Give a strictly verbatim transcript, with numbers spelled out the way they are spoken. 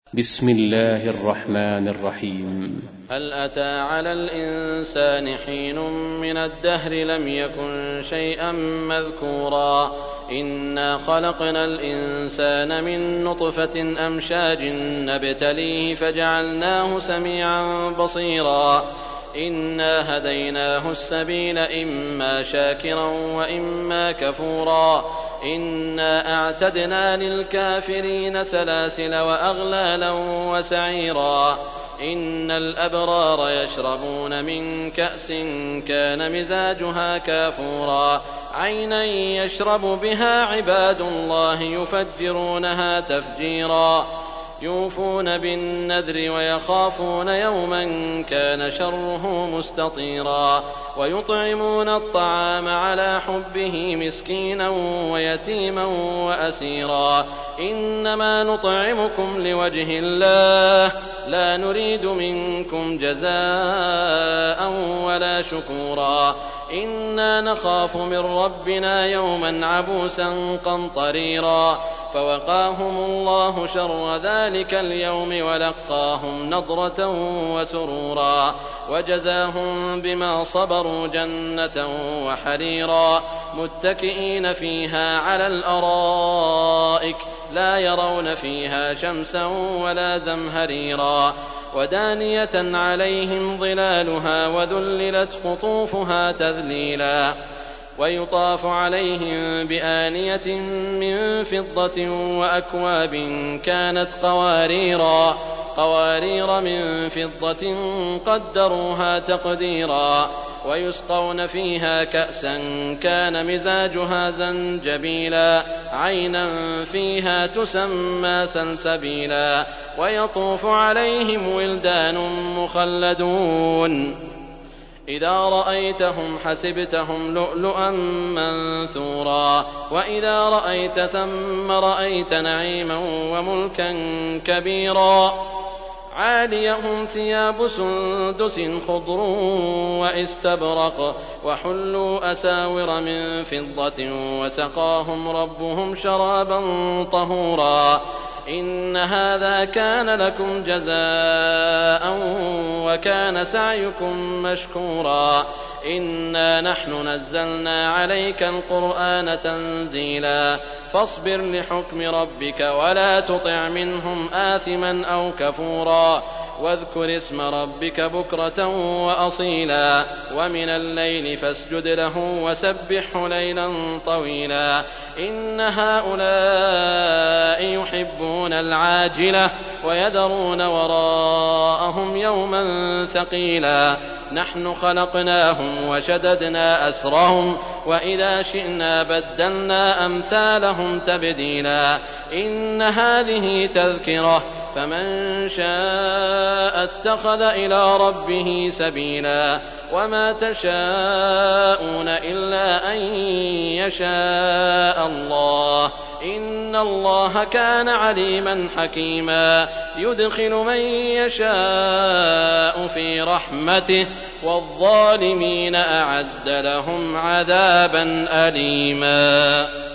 بسم الله الرحمن الرحيم. هل أتى على الإنسان حين من الدهر لم يكن شيئا مذكورا إنا خلقنا الإنسان من نطفة أمشاج نبتليه فجعلناه سميعا بصيرا إنا هديناه السبيل إما شاكرا وإما كفورا إنا أعتدنا للكافرين سلاسل وأغلالا وسعيرا إن الأبرار يشربون من كأس كان مزاجها كافورا عينا يشرب بها عباد الله يفجرونها تفجيرا يوفون بالنذر ويخافون يوما كان شره مستطيرا ويطعمون الطعام على حبه مسكينا ويتيما وأسيرا إنما نطعمكم لوجه الله لا نريد منكم جزاء ولا شكورا إنا نخاف من ربنا يوما عبوسا قمطريرا فوقاهم الله شر ذلك اليوم ولقاهم نضرة وسرورا وجزاهم بما صبروا جنة وحريرا متكئين فيها على الأرائك لا يرون فيها شمسا ولا زمهريرا ودانية عليهم ظلالها وذللت قطوفها تذليلا ويطاف عليهم بآنية من فضة وأكواب كانت قواريرا قوارير من فضة قدروها تقديرا ويسقون فيها كأسا كان مزاجها زنجبيلا عينا فيها تسمى سلسبيلا ويطوف عليهم ولدان مخلدون إذا رأيتهم حسبتهم لؤلؤا منثورا وإذا رأيت ثم رأيت نعيما وملكا كبيرا عاليهم ثياب سندس خضر واستبرق وحلوا أساور من فضة وسقاهم ربهم شرابا طهورا إن هذا كان لكم جزاء وكان سعيكم مشكورا إنا نحن نزلنا عليك القرآن تنزيلا فاصبر لحكم ربك ولا تطع منهم آثما أو كفورا واذكر اسم ربك بكرة وأصيلا ومن الليل فاسجد له وسبحه ليلا طويلا إن هؤلاء يحبون العاجلة ويذرون وراءهم يوما ثقيلا نحن خلقناهم وشددنا أسرهم وإذا شئنا بدلنا أمثالهم تبديلا إن هذه تذكرة فمن شاء اتخذ إلى ربه سبيلا وما تشاءون إلا أن يشاء الله إن الله كان عليما حكيما يدخل من يشاء في رحمته والظالمين أعد لهم عذابا أليما.